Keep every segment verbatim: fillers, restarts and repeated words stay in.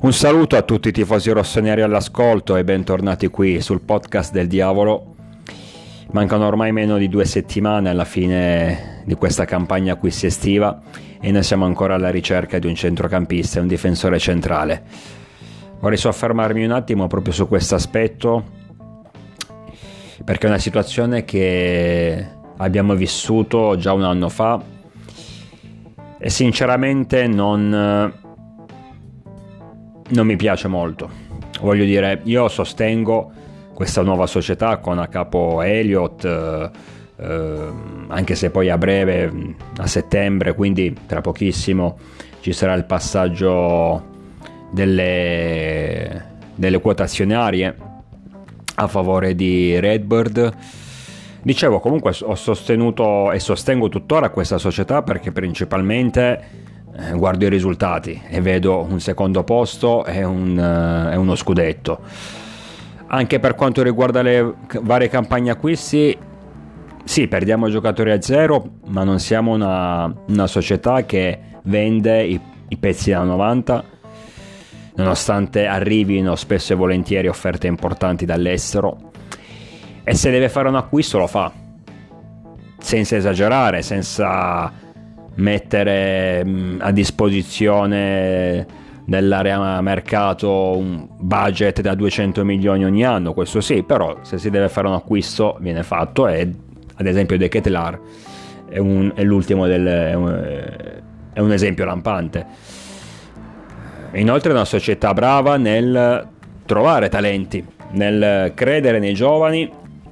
Un saluto a tutti i tifosi rossoneri all'ascolto e bentornati qui sul podcast del diavolo. Mancano ormai meno di due settimane alla fine di questa campagna acquisti estiva e noi siamo ancora alla ricerca di un centrocampista e un difensore centrale. Vorrei soffermarmi un attimo proprio su questo aspetto, perché è una situazione che abbiamo vissuto già un anno fa e sinceramente non... non mi piace molto. Voglio dire, io sostengo questa nuova società con a capo Elliott, eh, eh, anche se poi a breve, a settembre, quindi tra pochissimo, ci sarà il passaggio delle, delle quote azionarie a favore di Redbird. Dicevo, comunque ho sostenuto e sostengo tuttora questa società perché principalmente guardo i risultati e vedo un secondo posto e, un, uh, e uno scudetto. Anche per quanto riguarda le varie campagne acquisti, sì, perdiamo giocatori a zero, ma non siamo una, una società che vende i, i pezzi da novanta, nonostante arrivino spesso e volentieri offerte importanti dall'estero, e se deve fare un acquisto lo fa senza esagerare, senza mettere a disposizione dell'area mercato un budget da duecento milioni ogni anno. Questo sì, però se si deve fare un acquisto viene fatto, e ad esempio De Ketelaere è, un, è l'ultimo del, è un, è un esempio lampante. Inoltre è una società brava nel trovare talenti, nel credere nei giovani,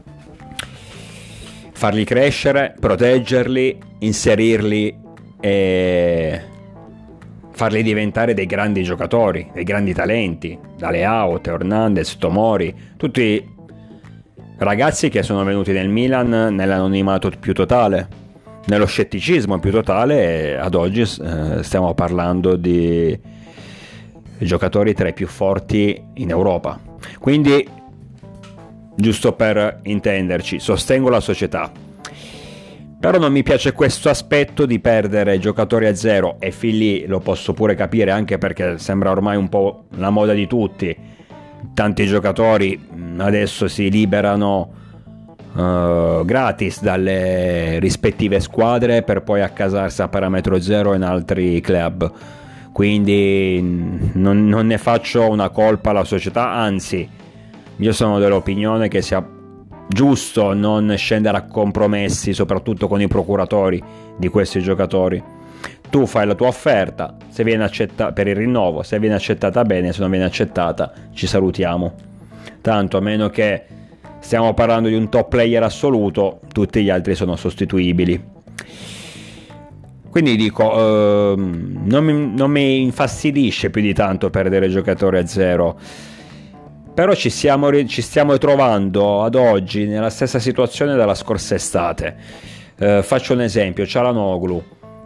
farli crescere, proteggerli, inserirli e farli diventare dei grandi giocatori, dei grandi talenti, da Leao, Teo Hernandez, Tomori, tutti ragazzi che sono venuti nel Milan nell'anonimato più totale, nello scetticismo più totale, e ad oggi eh, stiamo parlando di giocatori tra i più forti in Europa. Quindi, giusto per intenderci, sostengo la società. Però non mi piace questo aspetto di perdere giocatori a zero, e fin lì lo posso pure capire, anche perché sembra ormai un po' la moda di tutti. Tanti giocatori adesso si liberano uh, gratis dalle rispettive squadre per poi accasarsi a parametro zero in altri club. Quindi non, non ne faccio una colpa alla società, anzi, io sono dell'opinione che sia giusto non scendere a compromessi, soprattutto con i procuratori di questi giocatori. Tu fai la tua offerta, se viene accettata per il rinnovo, se viene accettata bene, se non viene accettata ci salutiamo. Tanto, a meno che stiamo parlando di un top player assoluto, tutti gli altri sono sostituibili. Quindi dico, ehm, non, mi, non mi infastidisce più di tanto perdere giocatori a zero. Però ci, siamo, ci stiamo trovando ad oggi nella stessa situazione della scorsa estate. Eh, faccio un esempio: Çalhanoğlu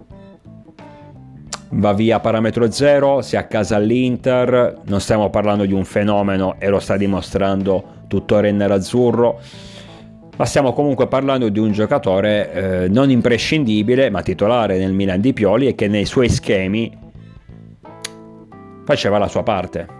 va via a parametro zero, si accasa all'Inter. Non stiamo parlando di un fenomeno e lo sta dimostrando tuttora in nerazzurro, ma stiamo comunque parlando di un giocatore eh, non imprescindibile, ma titolare nel Milan di Pioli, e che nei suoi schemi faceva la sua parte.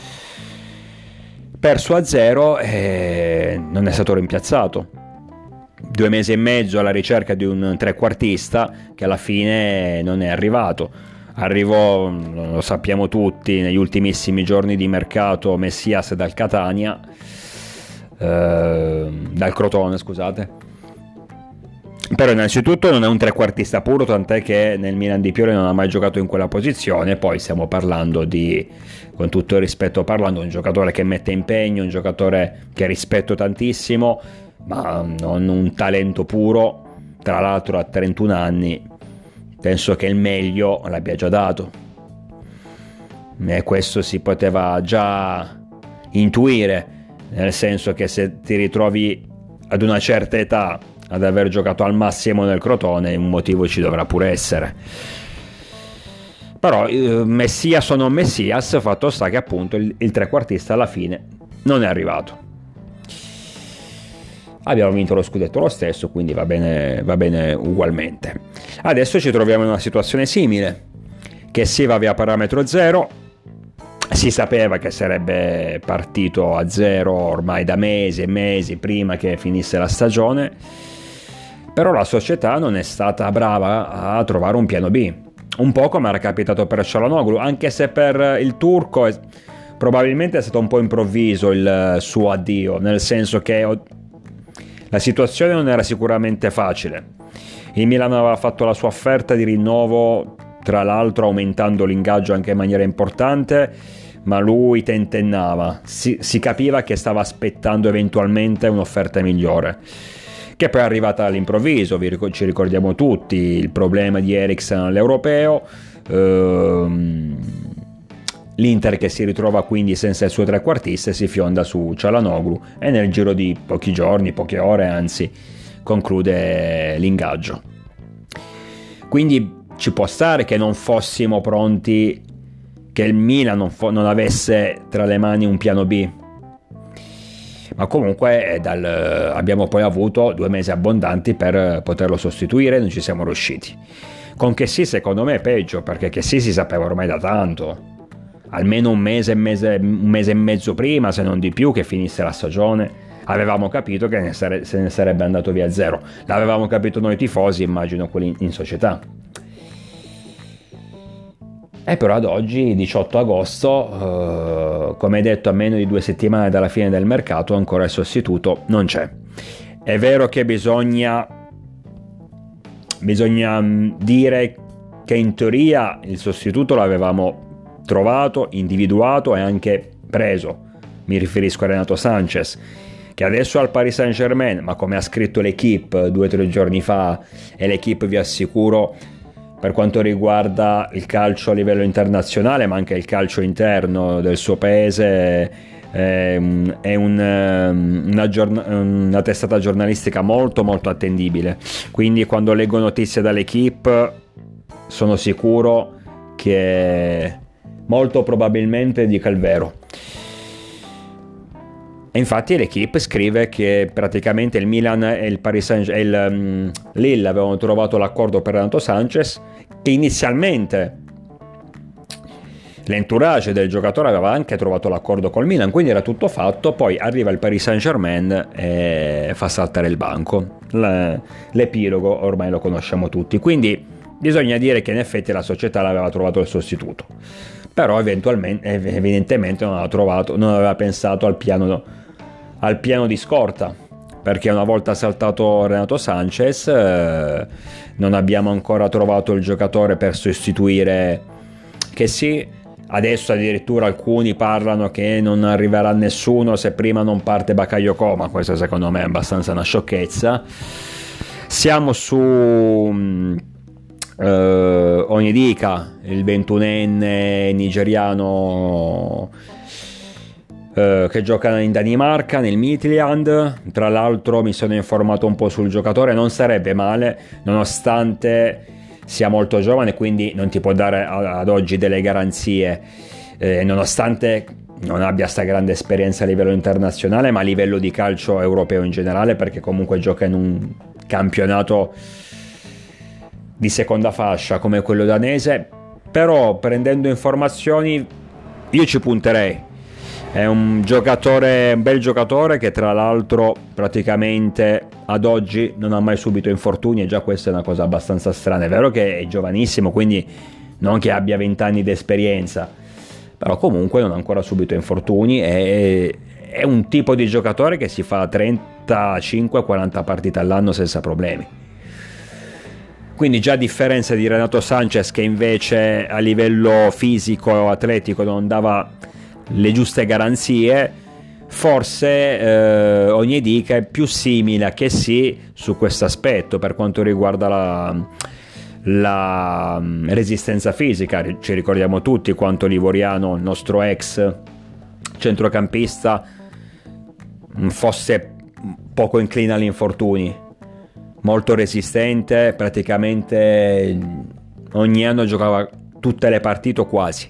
Perso a zero e non è stato rimpiazzato. Due mesi e mezzo alla ricerca di un trequartista che alla fine non è arrivato. Arrivò, lo sappiamo tutti, negli ultimissimi giorni di mercato, Messias dal Catania, eh, dal Crotone, scusate. Però innanzitutto non è un trequartista puro, tant'è che nel Milan di Pioli non ha mai giocato in quella posizione. Poi stiamo parlando di, con tutto il rispetto parlando, un giocatore che mette impegno, un giocatore che rispetto tantissimo, ma non un talento puro. Tra l'altro a trentuno anni penso che il meglio l'abbia già dato, e questo si poteva già intuire, nel senso che se ti ritrovi ad una certa età ad aver giocato al massimo nel Crotone, un motivo ci dovrà pure essere. Però eh, Messias o non Messias, fatto sta che appunto il, il trequartista alla fine non è arrivato. Abbiamo vinto lo scudetto lo stesso, quindi va bene, va bene ugualmente. Adesso ci troviamo in una situazione simile, che si va via parametro zero, Si sapeva che sarebbe partito a zero ormai da mesi e mesi prima che finisse la stagione, però la società non è stata brava a trovare un piano B, un po' come era capitato per Çalhanoğlu, anche se per il turco è, probabilmente è stato un po' improvviso il suo addio, nel senso che la situazione non era sicuramente facile. Il Milan aveva fatto la sua offerta di rinnovo, tra l'altro aumentando l'ingaggio anche in maniera importante, ma lui tentennava, si, si capiva che stava aspettando eventualmente un'offerta migliore, che poi è arrivata all'improvviso. Vi ric- ci ricordiamo tutti il problema di Eriksen all'Europeo, ehm, l'Inter che si ritrova quindi senza il suo trequartista e si fionda su Çalhanoğlu e nel giro di pochi giorni, poche ore anzi, conclude l'ingaggio. Quindi ci può stare che non fossimo pronti, che il Milan non, fo- non avesse tra le mani un piano B, ma comunque dal, abbiamo poi avuto due mesi abbondanti per poterlo sostituire e non ci siamo riusciti. Con Kessie secondo me è peggio, perché Kessie si sapeva ormai da tanto, almeno un mese, mese, un mese e mezzo prima, se non di più, che finisse la stagione, avevamo capito che ne sare- se ne sarebbe andato via zero. L'avevamo capito noi tifosi, immagino quelli in, in società. E però ad oggi, diciotto agosto, eh, come detto, a meno di due settimane dalla fine del mercato, ancora il sostituto non c'è. È vero che bisogna, bisogna dire che in teoria il sostituto l'avevamo trovato, individuato e anche preso. Mi riferisco a Renato Sanchez, che adesso è al Paris Saint-Germain, ma come ha scritto l'Equipe due o tre giorni fa, e l'Equipe, vi assicuro, per quanto riguarda il calcio a livello internazionale, ma anche il calcio interno del suo paese, è, è un, una, giorn- una testata giornalistica molto molto attendibile. Quindi quando leggo notizie dall'Equipe sono sicuro che molto probabilmente dica il vero. E infatti l'Equipe scrive che praticamente il Milan e il Paris Saint-Germain e il um, Lille avevano trovato l'accordo per Renato Sanchez, che inizialmente l'entourage del giocatore aveva anche trovato l'accordo col Milan, quindi era tutto fatto. Poi arriva il Paris Saint-Germain e fa saltare il banco. L'epilogo ormai lo conosciamo tutti, quindi bisogna dire che in effetti la società l'aveva trovato il sostituto, però eventualmente, evidentemente non aveva trovato, non aveva pensato al piano, al piano di scorta, perché una volta saltato Renato Sanchez eh, non abbiamo ancora trovato il giocatore per sostituire Kessie. Adesso addirittura alcuni parlano che non arriverà nessuno se prima non parte Bakayoko, ma questo secondo me è abbastanza una sciocchezza. Siamo su Uh, Onyedika, il ventunenne nigeriano uh, che gioca in Danimarca, nel Midtjylland. Tra l'altro mi sono informato un po' sul giocatore, non sarebbe male nonostante sia molto giovane, quindi non ti può dare ad oggi delle garanzie, eh, nonostante non abbia sta grande esperienza a livello internazionale, ma a livello di calcio europeo in generale, perché comunque gioca in un campionato di seconda fascia come quello danese. Però prendendo informazioni io ci punterei. È un giocatore, un bel giocatore che tra l'altro praticamente ad oggi non ha mai subito infortuni, e già questa è una cosa abbastanza strana. È vero che è giovanissimo, quindi non che abbia venti anni di esperienza, però comunque non ha ancora subito infortuni, e è un tipo di giocatore che si fa trentacinque quaranta partite all'anno senza problemi. Quindi già a differenza di Renato Sanchez, che invece a livello fisico atletico non dava le giuste garanzie, forse eh, Onyedika è più simile a Kessie su questo aspetto per quanto riguarda la, la resistenza fisica. Ci ricordiamo tutti quanto Livoriano, il nostro ex centrocampista, fosse poco incline agli infortuni, molto resistente, praticamente ogni anno giocava tutte le partite o quasi.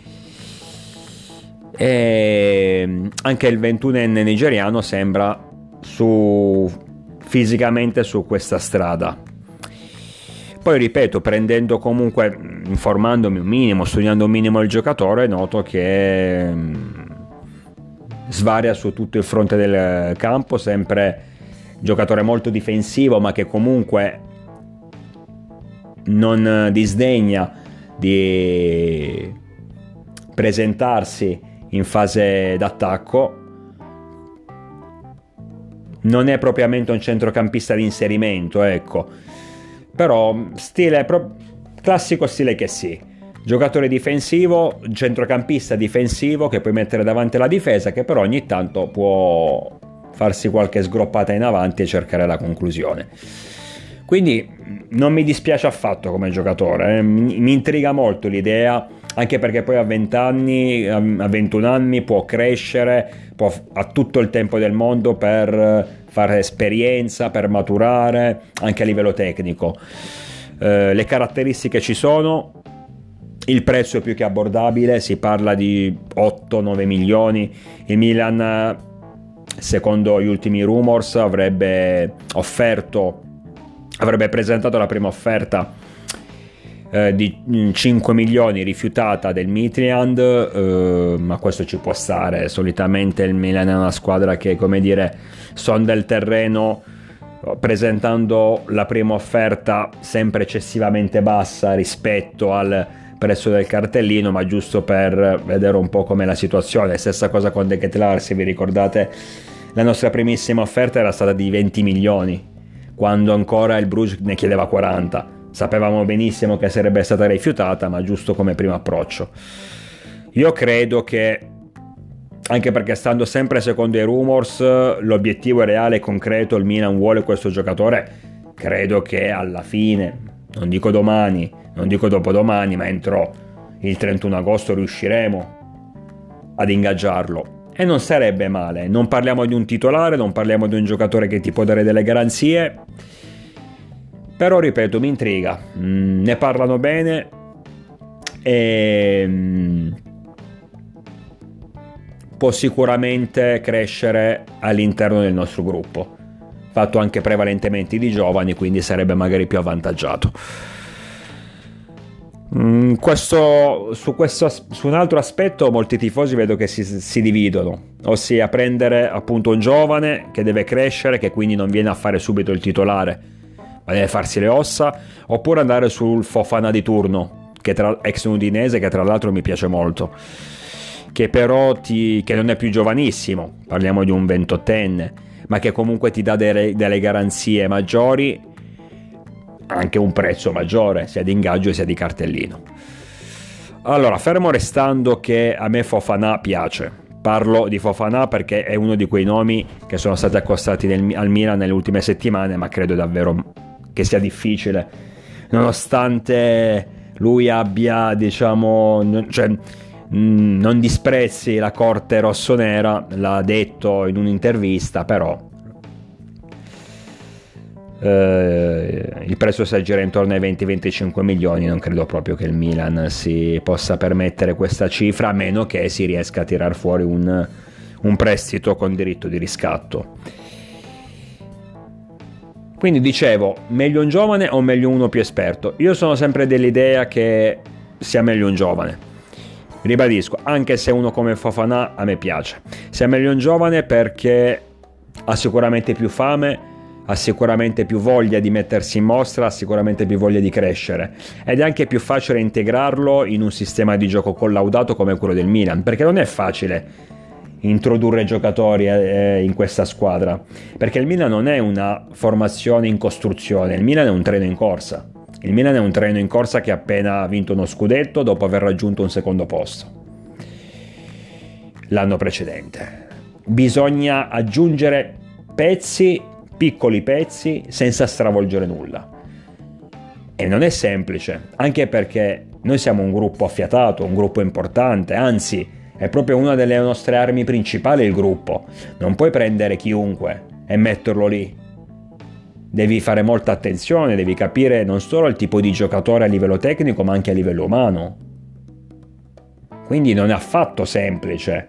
E anche il ventunenne nigeriano sembra su fisicamente su questa strada. Poi ripeto, prendendo comunque, informandomi un minimo, studiando un minimo il giocatore, noto che mh, svaria su tutto il fronte del campo, sempre giocatore molto difensivo, ma che comunque non disdegna di presentarsi in fase d'attacco. Non è propriamente un centrocampista di inserimento, ecco, però stile pro- classico stile che sì, giocatore difensivo, centrocampista difensivo che puoi mettere davanti alla difesa, che però ogni tanto può farsi qualche sgroppata in avanti e cercare la conclusione. Quindi non mi dispiace affatto come giocatore, eh. mi, mi intriga molto l'idea, anche perché poi a venti anni, a ventuno anni può crescere, può, ha tutto il tempo del mondo per fare esperienza, per maturare anche a livello tecnico. Eh, le caratteristiche ci sono, il prezzo è più che abbordabile, si parla di otto nove milioni. Il Milan, secondo gli ultimi rumors, avrebbe offerto avrebbe presentato la prima offerta eh, di cinque milioni rifiutata del Midtjylland, eh, ma questo ci può stare. Solitamente il Milan è una squadra che, come dire, sonda il terreno presentando la prima offerta sempre eccessivamente bassa rispetto al prezzo del cartellino, ma giusto per vedere un po' com'è la situazione. Stessa cosa con De Ketelaere, se vi ricordate, la nostra primissima offerta era stata di venti milioni, quando ancora il Bruges ne chiedeva quaranta. Sapevamo benissimo che sarebbe stata rifiutata, ma giusto come primo approccio. Io credo che, anche perché stando sempre secondo i rumors, l'obiettivo è reale e concreto, il Milan vuole questo giocatore, credo che alla fine, non dico domani, non dico dopodomani, ma entro il trentuno agosto riusciremo ad ingaggiarlo. E non sarebbe male. Non parliamo di un titolare, non parliamo di un giocatore che ti può dare delle garanzie, però ripeto, mi intriga. Mm, ne parlano bene e mm, può sicuramente crescere all'interno del nostro gruppo, fatto anche prevalentemente di giovani, quindi sarebbe magari più avvantaggiato. Mm, questo, su, questo, su un altro aspetto molti tifosi vedo che si, si dividono, ossia prendere appunto un giovane che deve crescere, che quindi non viene a fare subito il titolare ma deve farsi le ossa, oppure andare sul Fofana di turno, che tra, ex udinese, che tra l'altro mi piace molto, che però ti, che non è più giovanissimo, parliamo di un ventottenne, ma che comunque ti dà delle, delle garanzie maggiori, anche un prezzo maggiore, sia di ingaggio sia di cartellino. Allora, fermo restando che a me Fofana piace, parlo di Fofana perché è uno di quei nomi che sono stati accostati nel, al Milan nelle ultime settimane, ma credo davvero che sia difficile, nonostante lui abbia, diciamo, cioè, mh, non disprezzi la corte rossonera, l'ha detto in un'intervista, però Uh, il prezzo si aggira intorno ai venti venticinque milioni. Non credo proprio che il Milan si possa permettere questa cifra, a meno che si riesca a tirar fuori un, un prestito con diritto di riscatto. Quindi dicevo, meglio un giovane o meglio uno più esperto? Io sono sempre dell'idea che sia meglio un giovane, ribadisco, anche se uno come Fofana a me piace. Sia meglio un giovane perché ha sicuramente più fame, ha sicuramente più voglia di mettersi in mostra, ha sicuramente più voglia di crescere, ed è anche più facile integrarlo in un sistema di gioco collaudato come quello del Milan, perché non è facile introdurre giocatori eh, in questa squadra, perché il Milan non è una formazione in costruzione, il Milan è un treno in corsa. Il Milan è un treno in corsa che ha appena vinto uno scudetto dopo aver raggiunto un secondo posto l'anno precedente. Bisogna aggiungere pezzi, piccoli pezzi, senza stravolgere nulla, e non è semplice, anche perché noi siamo un gruppo affiatato, un gruppo importante, anzi è proprio una delle nostre armi principali il gruppo. Non puoi prendere chiunque e metterlo lì, devi fare molta attenzione, devi capire non solo il tipo di giocatore a livello tecnico ma anche a livello umano, quindi non è affatto semplice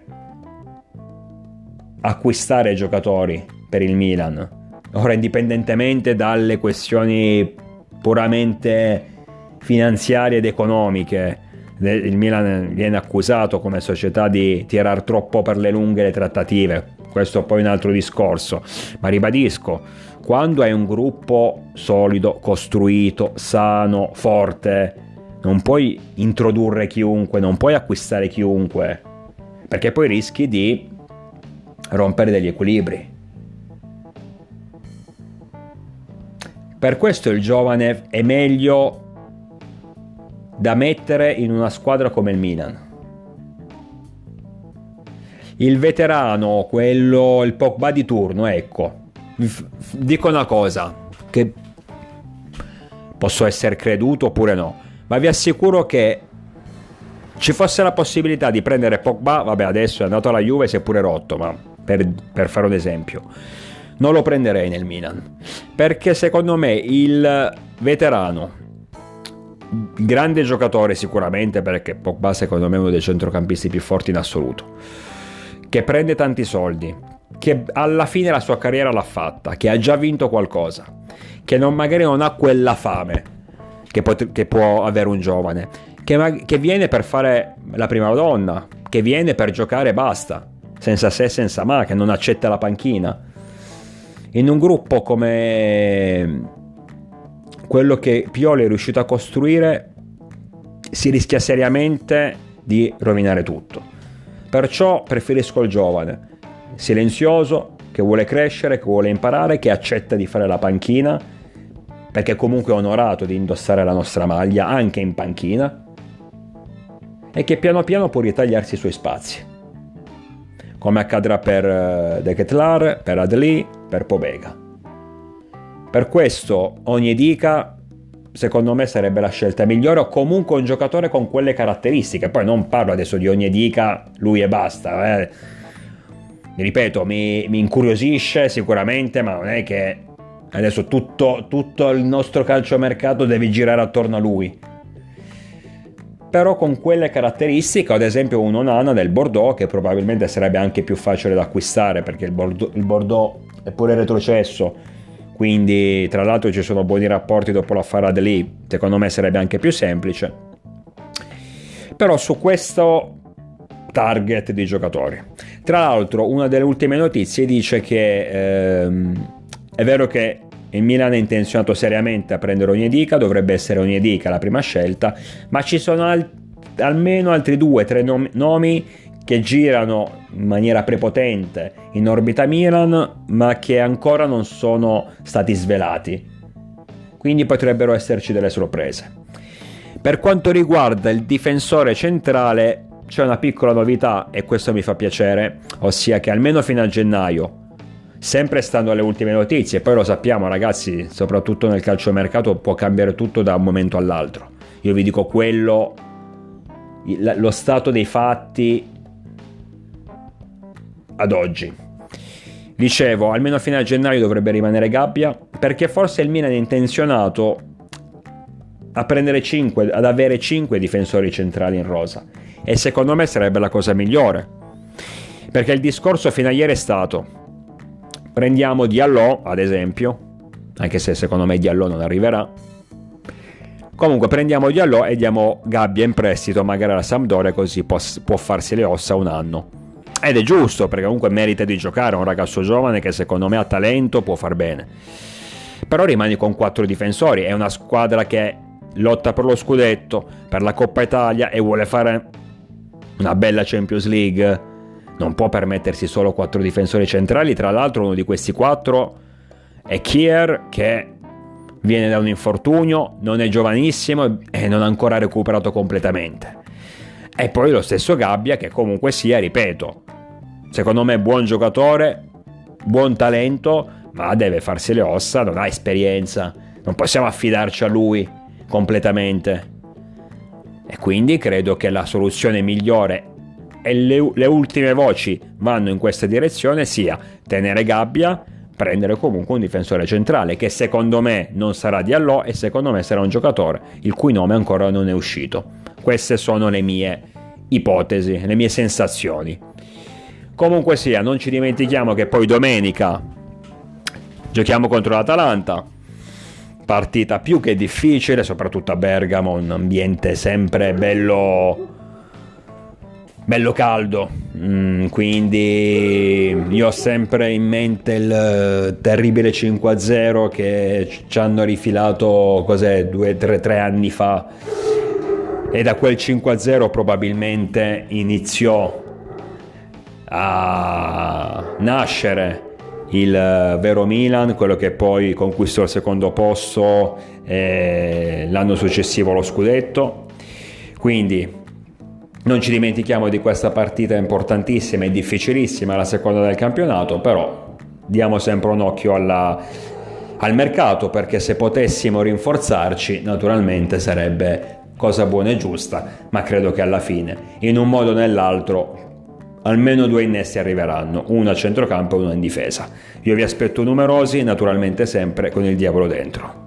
acquistare giocatori per il Milan. Ora, indipendentemente dalle questioni puramente finanziarie ed economiche. Il Milan viene accusato come società di tirar troppo per le lunghe le trattative, questo poi è un altro discorso, ma ribadisco, quando hai un gruppo solido, costruito, sano, forte, non puoi introdurre chiunque, non puoi acquistare chiunque, perché poi rischi di rompere degli equilibri. Per questo il giovane è meglio da mettere in una squadra come il Milan. Il veterano, quello, il Pogba di turno, ecco, dico una cosa, che posso essere creduto oppure no, ma vi assicuro che ci fosse la possibilità di prendere Pogba, vabbè adesso è andato alla Juve, si è pure rotto, ma per, per fare un esempio, non lo prenderei nel Milan, perché secondo me il veterano, grande giocatore sicuramente, perché Pogba secondo me è uno dei centrocampisti più forti in assoluto, che prende tanti soldi, che alla fine la sua carriera l'ha fatta, che ha già vinto qualcosa, che non, magari non ha quella fame che, pot- che può avere un giovane, che, ma- che viene per fare la prima donna, che viene per giocare e basta, senza se e senza ma, che non accetta la panchina. In un gruppo come quello che Pioli è riuscito a costruire si rischia seriamente di rovinare tutto. Perciò preferisco il giovane, silenzioso, che vuole crescere, che vuole imparare, che accetta di fare la panchina, perché comunque è onorato di indossare la nostra maglia anche in panchina, e che piano piano può ritagliarsi i suoi spazi, come accadrà per De Ketelaere, per Adli, per Pobega. Per questo Onyedika secondo me sarebbe la scelta migliore, o comunque un giocatore con quelle caratteristiche. Poi non parlo adesso di Onyedika lui e basta, eh. ripeto, mi, mi incuriosisce sicuramente, ma non è che adesso tutto, tutto il nostro calciomercato deve girare attorno a lui. Però con quelle caratteristiche, ad esempio un Onana del Bordeaux, che probabilmente sarebbe anche più facile da acquistare, perché il Bordeaux, il Bordeaux è pure retrocesso, quindi tra l'altro ci sono buoni rapporti dopo l'affare Adli, secondo me sarebbe anche più semplice. Però su questo target di giocatori, tra l'altro una delle ultime notizie dice che ehm, è vero che il Milan è intenzionato seriamente a prendere Onyedika, dovrebbe essere Onyedika la prima scelta, ma ci sono al- almeno altri due o tre nom- nomi che girano in maniera prepotente in orbita Milan, ma che ancora non sono stati svelati, quindi potrebbero esserci delle sorprese. Per quanto riguarda il difensore centrale c'è una piccola novità, e questo mi fa piacere, ossia che almeno fino a gennaio, sempre stando alle ultime notizie, poi lo sappiamo ragazzi, soprattutto nel calciomercato può cambiare tutto da un momento all'altro, io vi dico quello, lo stato dei fatti ad oggi. Dicevo, almeno fino a gennaio dovrebbe rimanere Gabbia, perché forse il Milan è intenzionato a prendere cinque, ad avere cinque difensori centrali in rosa, e secondo me sarebbe la cosa migliore, perché il discorso fino a ieri è stato: prendiamo Diallo ad esempio, anche se secondo me Diallo non arriverà, comunque prendiamo Diallo e diamo Gabbia in prestito magari alla Sampdoria, così può, può farsi le ossa un anno. Ed è giusto, perché comunque merita di giocare, è un ragazzo giovane che secondo me ha talento, può far bene. Però rimani con quattro difensori, è una squadra che lotta per lo scudetto, per la Coppa Italia e vuole fare una bella Champions League, non può permettersi solo quattro difensori centrali. Tra l'altro uno di questi quattro è Kier, che viene da un infortunio, non è giovanissimo e non ha ancora recuperato completamente, e poi lo stesso Gabbia, che comunque sia, ripeto, secondo me buon giocatore, buon talento, ma deve farsi le ossa, non ha esperienza, non possiamo affidarci a lui completamente, e quindi credo che la soluzione migliore, e le, le ultime voci vanno in questa direzione, sia tenere Gabbia, prendere comunque un difensore centrale, che secondo me non sarà Diallo, e secondo me sarà un giocatore il cui nome ancora non è uscito. Queste sono le mie ipotesi, le mie sensazioni. Comunque sia, non ci dimentichiamo che poi domenica giochiamo contro l'Atalanta, partita più che difficile, soprattutto a Bergamo, un ambiente sempre bello bello caldo, mm, quindi io ho sempre in mente il terribile cinque a zero che ci hanno rifilato, cos'è, due, tre, tre anni fa, e da quel cinque a zero probabilmente iniziò a nascere il vero Milan, quello che poi conquistò il secondo posto e l'anno successivo lo scudetto. Quindi non ci dimentichiamo di questa partita importantissima e difficilissima, la seconda del campionato, però diamo sempre un occhio alla, al mercato, perché se potessimo rinforzarci naturalmente sarebbe cosa buona e giusta, ma credo che alla fine, in un modo o nell'altro, almeno due innesti arriveranno, uno a centrocampo e uno in difesa. Io vi aspetto numerosi, naturalmente sempre con il diavolo dentro.